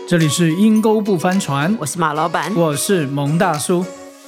这里是阴沟不翻船， 我是马老板， 我是蒙大叔。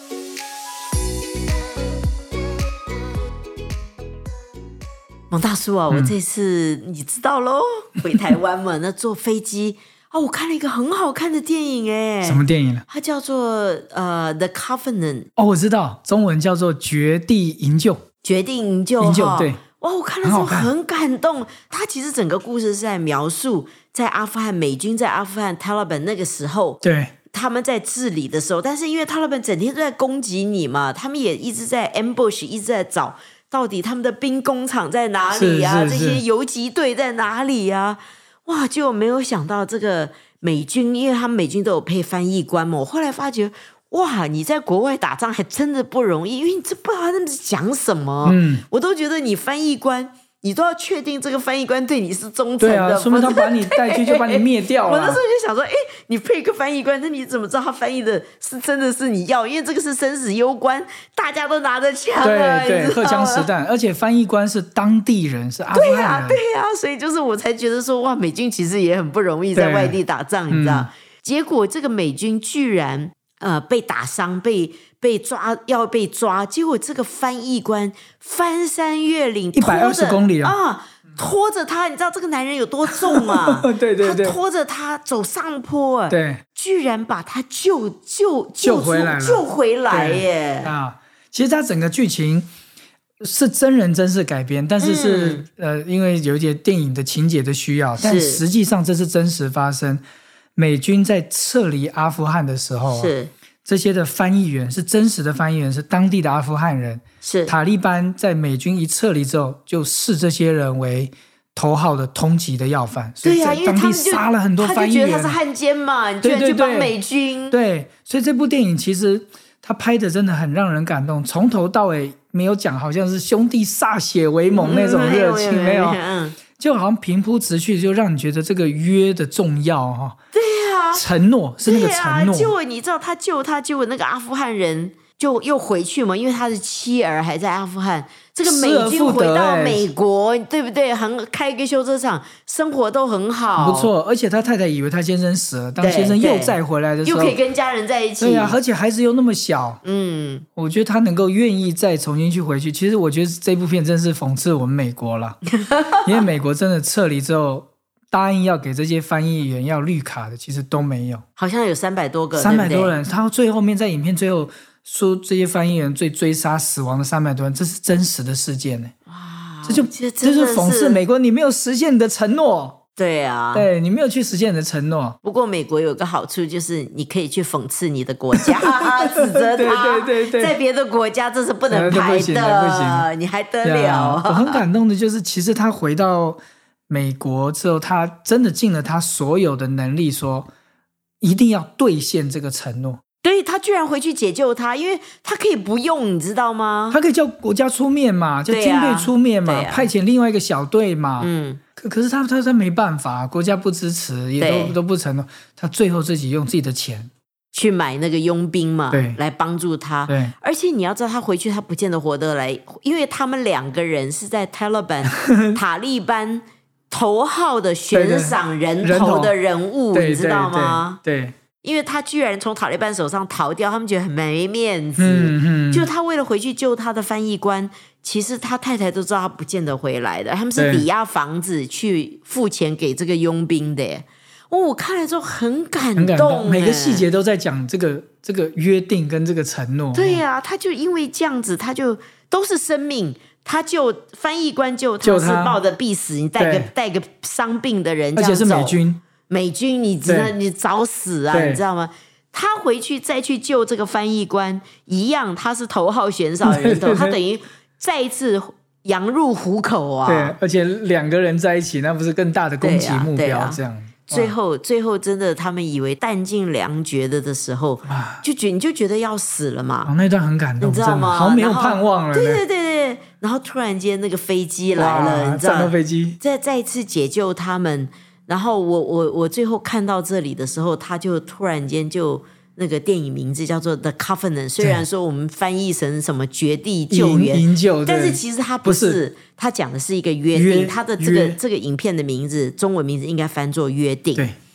蒙大叔啊，我这次你知道咯，回台湾嘛，那坐飞机我看了一个很好看的电影哎。 什么电影呢？ 它叫做The Covenant。 我知道，中文叫做绝地营救。 绝地营救， 对。 我看了之后很感动。它其实整个故事是在描述在阿富汗美军在阿富汗 Taliban 那个时候， 对， 他们在治理的时候，但是因为 Taliban 整天都在攻击你嘛，他们也一直在 ambush， 一直在找到底他们的兵工厂在哪里啊，这些游击队在哪里啊。哇，就没有想到这个美军，因为他们美军都有配翻译官嘛，我后来发觉哇，你在国外打仗还真的不容易，因为你这不知道他们讲什么。我都觉得你翻译官，你都要确定这个翻译官对你是忠诚的。 对啊，说明他把你带去就把你灭掉了。 我那时候就想说，你配一个翻译官，那你怎么知道他翻译的是真的是你要？因为这个是生死攸关，大家都拿着枪啊， 对，荷枪实弹，而且翻译官是当地人，是阿富汗人。 对啊，所以就是我才觉得说，哇，美军其实也很不容易在外地打仗，你知道？结果这个美军居然被打伤，被抓，要被抓，结果这个翻译官翻山越岭 120公里拖着他，你知道这个男人有多重啊？ 对， 他拖着他走上坡， 对， 居然把他救回来耶！ 其实他整个剧情是真人真事改编，但是因为有一些电影的情节的需要，但实际上这是真实发生。美军在撤离阿富汗的时候是这些的翻译员是真实的翻译员，是当地的阿富汗人。 是塔利班在美军一撤离之后，就视这些人为头号的通缉的要犯，所以在当地杀了很多翻译员。 他就觉得他是汉奸嘛，你居然去帮美军。 对，所以这部电影其实他拍的真的很让人感动，从头到尾没有讲好像是兄弟歃血为盟那种热情，没有，就好像平铺直叙，就让你觉得这个约的重要对啊， 承诺是那个承诺。 结果你知道他救那个阿富汗人就又回去嘛，因为他的妻儿还在阿富汗，这个美军回到美国，对不对？开一个修车厂，生活都很好， 不错。而且他太太以为他先生死了，当先生又再回来的时候， 又可以跟家人在一起。 对啊，而且孩子又那么小，我觉得他能够愿意再重新去回去。其实我觉得这部片真是讽刺我们美国了，因为美国真的撤离之后，答应要给这些翻译员要绿卡的，其实都没有， 好像有300多个 ，300多人。他最后面在影片最后说，这些翻译员最追杀死亡的300多人，这是真实的事件呢。哇，这就是讽刺美国，你没有实现你的承诺。 对啊， 对，你没有去实现你的承诺。 不过美国有个好处，就是你可以去讽刺你的国家，指责他。对，在别的国家这是不能拍的，不行，你还得了？ 我很感动的就是，其实他回到美国之后，他真的尽了他所有的能力，说一定要兑现这个承诺。 对，他居然回去解救他，因为他可以不用，你知道吗？ 他可以叫国家出面嘛，叫军队出面嘛，派遣另外一个小队嘛。可是他没办法，国家不支持，也都不承诺。他最后自己用自己的钱去买那个佣兵嘛，来帮助他。 对， 而且你要知道，他回去他不见得活得来，因为他们2个人是在塔利班头号的悬赏人头的人物，你知道吗？ 对。 因为他居然从塔利班手上逃掉，他们觉得很没面子。就他为了回去救他的翻译官，其实他太太都知道他不见得回来的，他们是抵押房子去付钱给这个佣兵的耶。我看了之后很感动， 每个细节都在讲这个约定跟这个承诺。 对啊，他就因为这样子，他就都是生命。他翻译官救他是抱着必死，你带个伤病的人这样走，而且是美军你找死啊，你知道吗？他回去再去救这个翻译官一样，他是头号悬赏人头，他等于再一次羊入虎口啊。 对，而且2个人在一起，那不是更大的攻击目标这样。 最后真的他们以为弹尽粮绝的时候，你就觉得要死了嘛。 那段很感动， 你知道吗？ 好没有盼望了。 对，然后突然间那个飞机来了，你知道战斗飞机再一次解救他们。然后我最后看到这里的时候，他就突然间就那个电影名字叫做 The Covenant， 虽然说我们翻译成什么绝地救援， 营救， 但是其实它不是，它讲的是一个约定。它的这个影片的名字，中文名字应该翻作约定。 对，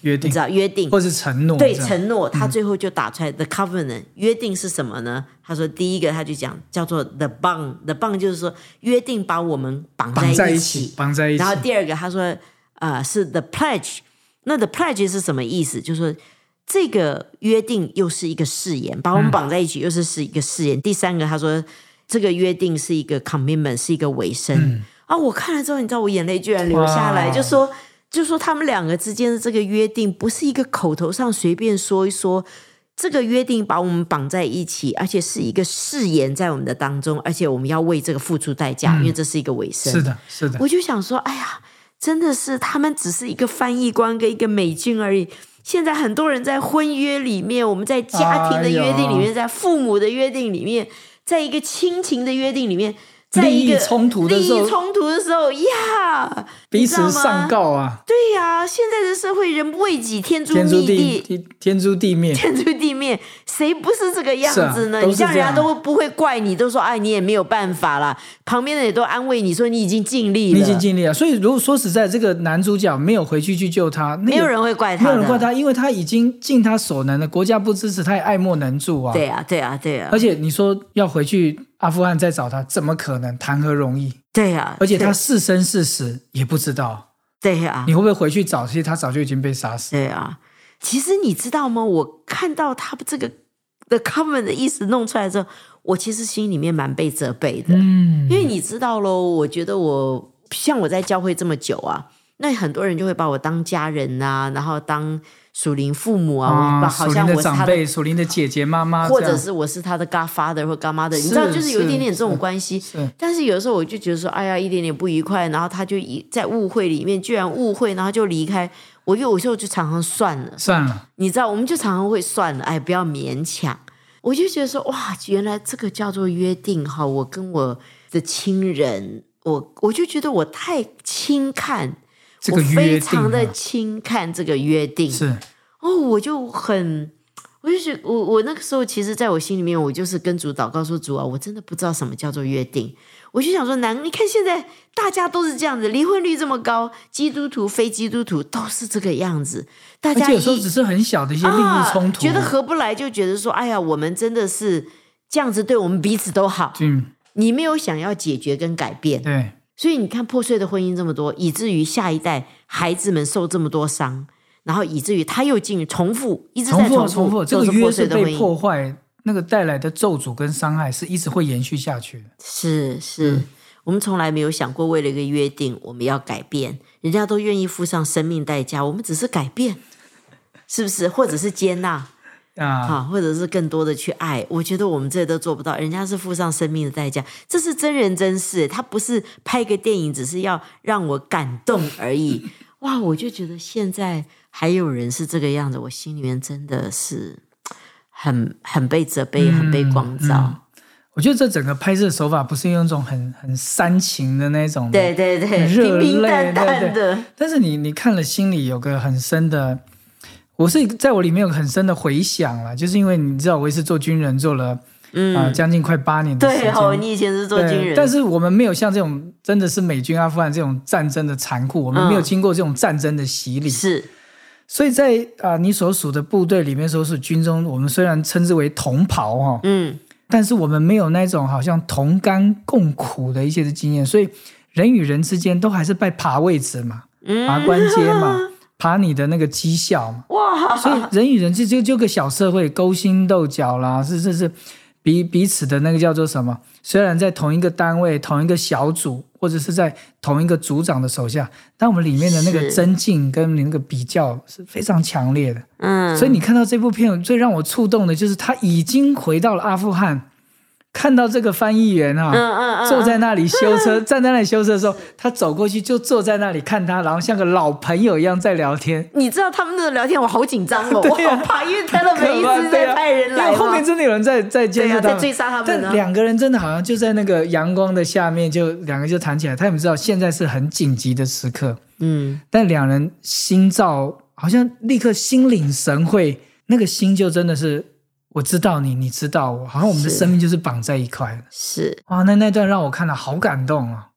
约定， 你知道约定或是承诺， 对，承诺，他最后就打出来the covenant 约定是什么呢？他说第一个他就讲叫做 the bond，the bond 就是说约定把我们绑在一起，然后第二个他说是 the pledge， 那 the pledge 是什么意思？就是说这个约定又是一个誓言，把我们绑在一起又是一个誓言。第三个他说这个约定是一个 commitment， 是一个委身。我看了之后你知道我眼泪居然流下来，就说他们两个之间的这个约定不是一个口头上随便说一说，这个约定把我们绑在一起，而且是一个誓言在我们的当中，而且我们要为这个付出代价，因为这是一个委身。 是的， 我就想说哎呀，真的是他们只是一个翻译官跟一个美军而已。现在很多人在婚约里面，我们在家庭的约定里面，在父母的约定里面，在一个亲情的约定里面，在一个利益衝突的时候呀， 彼此上告啊！ 对呀，现在的社会人不为己，天诛地灭，谁不是这个样子呢？你这样人家都不会怪你，都说哎，你也没有办法啦。旁边的也都安慰你说你已经尽力了， 所以如果说实在，这个男主角没有回去救他， 没有人会怪他， 因为他已经尽他所能了，国家不支持，他也爱莫能助啊。 对啊。 而且你说要回去阿富汗再找他，怎么可能？谈何容易？ 对啊， 而且他是生是死也不知道。 对啊， 你会不会回去找？其实他早就已经被杀死。 对啊，其实你知道吗？我看到他这个 the covenant 的意思弄出来之后，我其实心里面蛮被责备的。因为你知道咯，我觉得像我在教会这么久啊，那很多人就会把我当家人啊，然后当属灵父母啊，好像我是他的属灵的姐姐妈妈， 或者是我是他的 godfather 或 godmother， 你知道，就是有一点点这种关系。但是有时候我就觉得说，哎呀，一点点不愉快，然后他就在误会里面，居然误会，然后就离开。我有时候就常常算了，你知道，我们就常常会算了，哎，不要勉强。我就觉得说，哇，原来这个叫做约定哈！我跟我的亲人，我就觉得我太轻看。我非常的轻看这个约定，我就觉得我那个时候，其实在我心里面，我就是跟主祷告说，主啊，我真的不知道什么叫做约定。我就想说，你看现在大家都是这样子，离婚率这么高，基督徒非基督徒都是这个样子，大家有时候只是很小的一些利益冲突， 觉得合不来，就觉得说，哎呀，我们真的是这样子，对我们彼此都好。你没有想要解决跟改变， 对。 所以你看破碎的婚姻这么多，以至于下一代孩子们受这么多伤，然后以至于他又重复，一直在重复， 这个约是被破坏，那个带来的咒诅跟伤害是一直会延续下去的。 是，我们从来没有想过为了一个约定我们要改变，人家都愿意付上生命代价，我们只是改变，是不是？或者是接纳或者是更多的去爱。我觉得我们这都做不到，人家是付上生命的代价，这是真人真事，他不是拍个电影只是要让我感动而已。哇，我就觉得现在还有人是这个样子，我心里面真的是很被责备，很被光照。 我觉得这整个拍摄手法不是用一种很煽情的那种， 对，平平淡淡的， 但是你看了心里有个很深的，我是在我里面有很深的回响啦，就是因为你知道我也是做军人做了将近快8年的时间。 对，你以前是做军人， 但是我们没有像这种真的是美军阿富汗这种战争的残酷，我们没有经过这种战争的洗礼。 是， 所以在你所属的部队里面，所属军中，我们虽然称之为同袍但是我们没有那种好像同甘共苦的一些的经验，所以人与人之间都还是在爬位置嘛，爬官阶嘛，爬你的那个绩效嘛。 哇！ 所以人与人就个小社会，勾心斗角啦，是彼此的那个叫做什么？虽然在同一个单位、同一个小组，或者是在同一个组长的手下，但我们里面的那个增进跟那个比较是非常强烈的。所以你看到这部片最让我触动的就是他已经回到了阿富汗，看到这个翻译员坐在那里修车，站在那里修车的时候，他走过去就坐在那里看他，然后像个老朋友一样在聊天。 你知道他们的聊天我好紧张我好怕，因为他们每一次在派人来， 因为后面真的有人在监视他们， 在追杀他们。 但两个人真的好像就在那个阳光的下面，就两个就谈起来。他们知道现在是很紧急的时刻，但两人心照好像立刻心领神会，那个心就真的是。我知道你，你知道我，好像我们的生命就是绑在一块的。 是哇，那段让我看了好感动啊！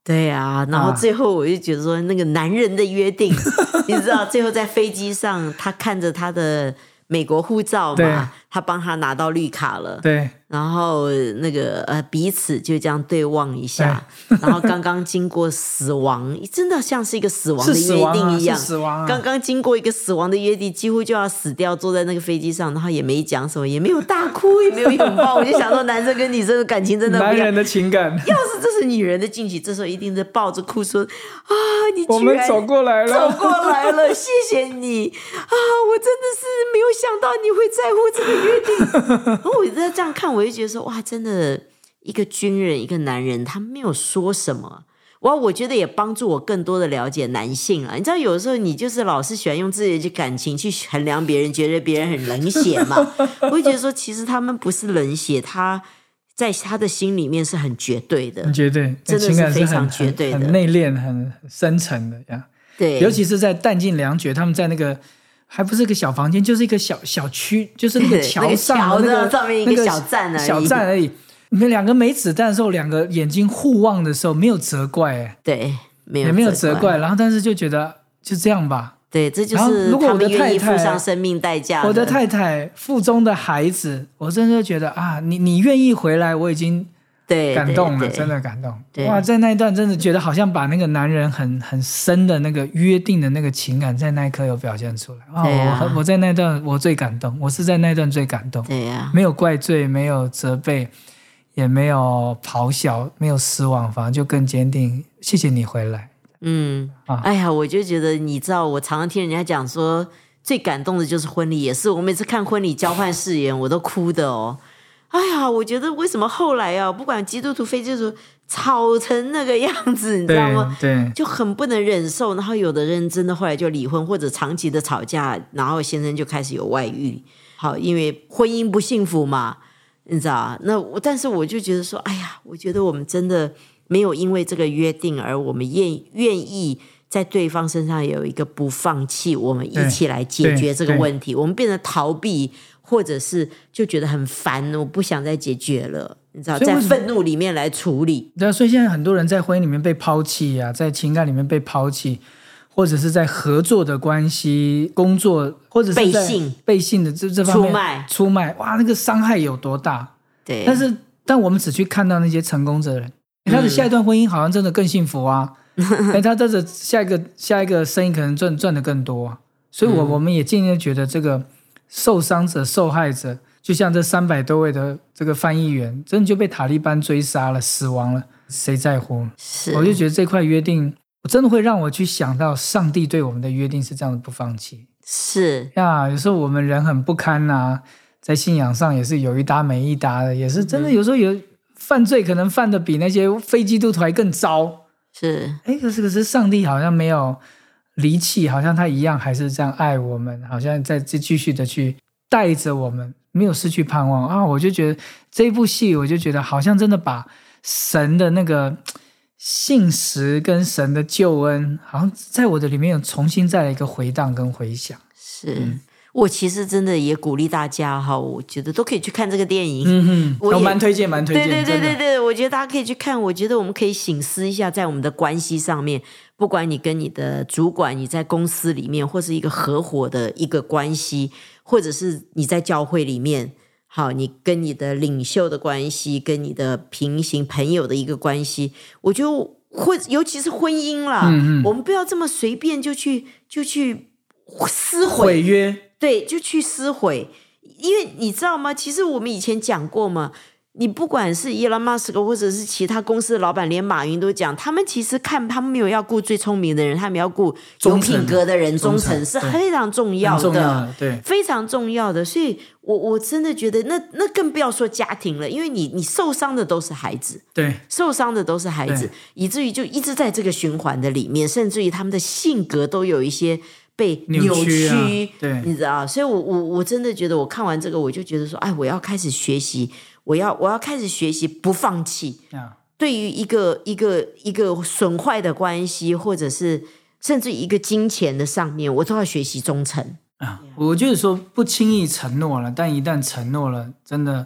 对啊，然后最后我就觉得说那个男人的约定你知道最后在飞机上他看着他的美国护照嘛，他帮他拿到绿卡了， 对， 然后那个彼此就这样对望一下，然后刚刚经过死亡，真的像是一个死亡的约定一样，刚刚经过一个死亡的约定，几乎就要死掉，坐在那个飞机上，然后也没讲什么，也没有大哭，也没有拥抱，我就想说男生跟女生的感情真的不一样， 男人的情感， 要是这是女人的惊喜，这时候一定是抱着哭说啊，你居然我们走过来了， 谢谢你啊，我真的是没有想到你会在乎这个约定。然后我在这样看，我就觉得说哇，真的一个军人，一个男人，他没有说什么。我觉得也帮助我更多的了解男性啊。你知道有时候你就是老是喜欢用自己的感情去衡量别人，觉得别人很冷血嘛。我会觉得说其实他们不是冷血，他在他的心里面是很绝对的， 很绝对， 真的是非常绝对的， 很内敛很深沉的呀。 对， 尤其是在弹尽粮绝，他们在那个还不是一个小房间，就是一个小区，就是那个桥上的上面一个小站而已。你们两个没子弹的时候，两个眼睛互望的时候，没有责怪， 对， 也没有责怪，然后但是就觉得就这样吧。 对，这就是他们愿意付上生命代价的。 我的太太腹中的孩子，我真的觉得啊，你愿意回来，我已经感动了，真的感动。哇，在那一段真的觉得好像把那个男人很深的那个约定的那个情感，在那一刻有表现出来。我在那段我最感动，我是在那段最感动。 对呀， 没有怪罪，没有责备，也没有咆哮，没有失望，反而就更坚定。谢谢你回来。 哎呀，我就觉得你知道，我常常听人家讲说，最感动的就是婚礼，也是我每次看婚礼交换誓言，我都哭的哦。哎呀，我觉得为什么后来啊，不管基督徒非基督徒吵成那个样子，你知道吗？ 对， 就很不能忍受。然后有的人真的后来就离婚，或者长期的吵架，然后先生就开始有外遇。好，因为婚姻不幸福嘛，你知道？但是我就觉得说，哎呀，我觉得我们真的没有因为这个约定而我们愿意在对方身上有一个不放弃，我们一起来解决这个问题。我们变得逃避，或者是就觉得很烦，我不想再解决了，你知道，在愤怒里面来处理。 对啊，所以现在很多人在婚姻里面被抛弃啊，在情感里面被抛弃，或者是在合作的关系、工作，或者是在背信的这方面出卖，哇，那个伤害有多大？ 对， 但我们只去看到那些成功者的人，他的下一段婚姻好像真的更幸福啊。他这个下一个生意可能赚得更多啊。所以我们也渐渐觉得这个受伤者、受害者，就像这300多位的这个翻译员，真的就被塔利班追杀了、死亡了，谁在乎？我就觉得这块约定，真的会让我去想到上帝对我们的约定是这样的，不放弃。 是呀，有时候我们人很不堪啊，在信仰上也是有一搭没一搭的，也是真的有时候有犯罪，可能犯的比那些非基督徒还更糟。 是， 可是上帝好像没有离弃，好像他一样还是这样爱我们，好像在继续的去带着我们，没有失去盼望啊！我就觉得这一部戏，我就觉得好像真的把神的那个信实跟神的救恩，好像在我的里面有重新再来一个回荡跟回响。 是。我其实真的也鼓励大家哈，我觉得都可以去看这个电影。 我蛮推荐。 对，我觉得大家可以去看。我觉得我们可以省思一下，在我们的关系上面，不管你跟你的主管，你在公司里面，或是一个合伙的一个关系，或者是你在教会里面，好，你跟你的领袖的关系，跟你的平行朋友的一个关系，我就尤其是婚姻啦，我们不要这么随便就去撕毁约。 对，就去撕毁。因为你知道吗，其实我们以前讲过嘛，你不管是伊隆马斯克或者是其他公司的老板，连马云都讲，他们其实他们没有要顾最聪明的人，他们要顾有品格的人，忠诚是非常重要的， 对， 非常重要的。所以我真的觉得那更不要说家庭了，因为你受伤的都是孩子， 对， 受伤的都是孩子，以至于就一直在这个循环的里面，甚至于他们的性格都有一些被扭曲， 对， 你知道，所以我真的觉得，我看完这个，我就觉得说，哎，我要开始学习，我要开始学习不放弃。对于一个损坏的关系，或者是甚至一个金钱的上面，我都要学习忠诚。 我就是说，不轻易承诺了，但一旦承诺了，真的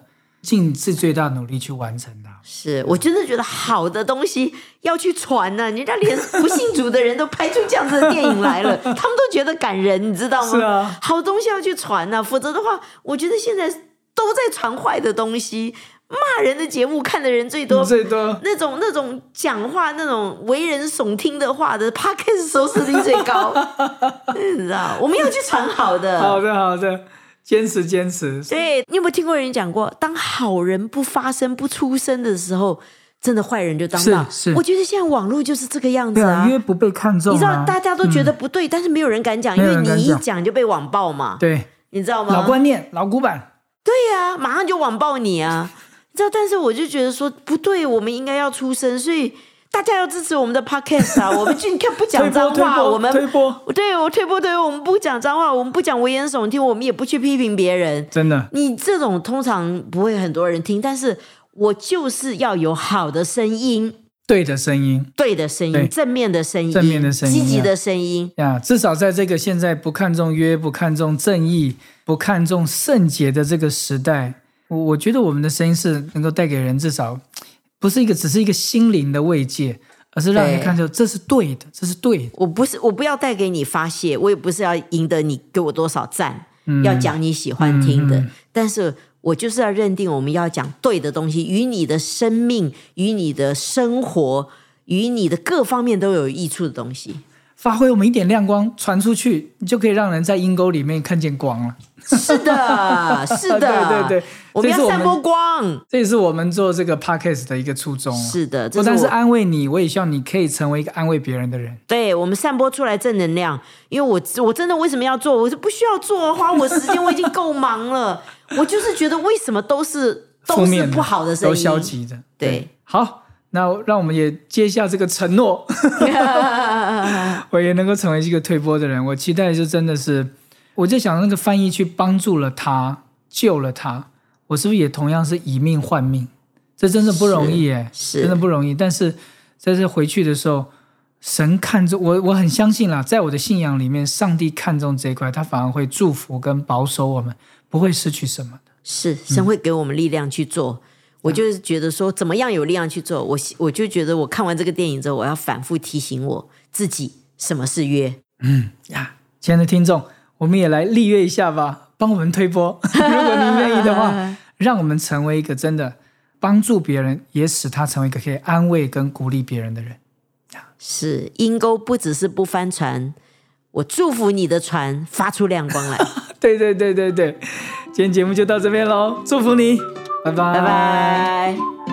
尽自己最大努力去完成它。 是，我真的觉得好的东西要去传呢、人家连不信主的人都拍出这样子的电影来了，他们都觉得感人，你知道吗？ 是啊， 好东西要去传呢、否则的话，我觉得现在都在传坏的东西。骂人的节目看的人最多，那种讲话那种为人耸听的话的 Podcast 收视率最高，你知道？我们要去传好的， 好的，坚持。 对，你有没有听过人讲过，当好人不发声不出声的时候，真的坏人就当道。 是， 我觉得现在网络就是这个样子啊， 因为不被看中、啊， 你知道大家都觉得不对，但是没有人敢讲，因为你一讲就被网暴嘛。 对， 你知道吗？ 老观念，老古板。 对啊，马上就网暴你啊。你知道，但是我就觉得说不对，我们应该要出声，所以大家要支持我们的 podcast 啊！我们就不讲脏话，我们推播， 对，我推播，我们不讲脏话，我们不讲危言耸听，我们也不去批评别人。 真的， 你这种通常不会很多人听，但是我就是要有好的声音， 对的声音， 正面的声音，积极的声音呀。至少在这个现在不看重约、不看重正义、不看重圣洁的这个时代。我觉得我们的声音是能够带给人至少不是只是一个心灵的慰藉，而是让人看出这是对的，这是对的。 我不要带给你发泄，我也不是要赢得你给我多少赞，要讲你喜欢听的，但是我就是要认定我们要讲对的东西，与你的生命、与你的生活、与你的各方面都有益处的东西。 发挥我们一点亮光传出去，你就可以让人在阴沟里面看见光了。 是的对， 我们要散播光， 这也是我们做这个 podcast 的一个初衷。 是的， 不但是安慰你，我也希望你可以成为一个安慰别人的人。 对，我们散播出来正能量。因为我真的为什么要做？我是不需要做，花我时间，我已经够忙了。我就是觉得为什么都是不好的声音， 都消极的。 对， 好，那让我们也接下这个承诺，我也能够成为一个推播的人。我期待就真的是，我就想那个翻译去帮助了他，救了他，我是不是也同样是以命换命？这真的不容易耶，真的不容易。但是在这回去的时候，神看重我很相信啦，在我的信仰里面，上帝看重这一块，他反而会祝福跟保守我们，不会失去什么的。 是，神会给我们力量去做。我就是觉得说怎么样有力量去做，我就觉得我看完这个电影之后，我要反复提醒我自己什么是约。 亲爱的听众，我们也来立约一下吧，帮我们推播如果您愿意的话，让我们成为一个真的帮助别人，也使他成为一个可以安慰跟鼓励别人的人。 是，阴沟不只是不翻船，我祝福你的船发出亮光来。 对，今天节目就到这边咯，祝福你，拜拜。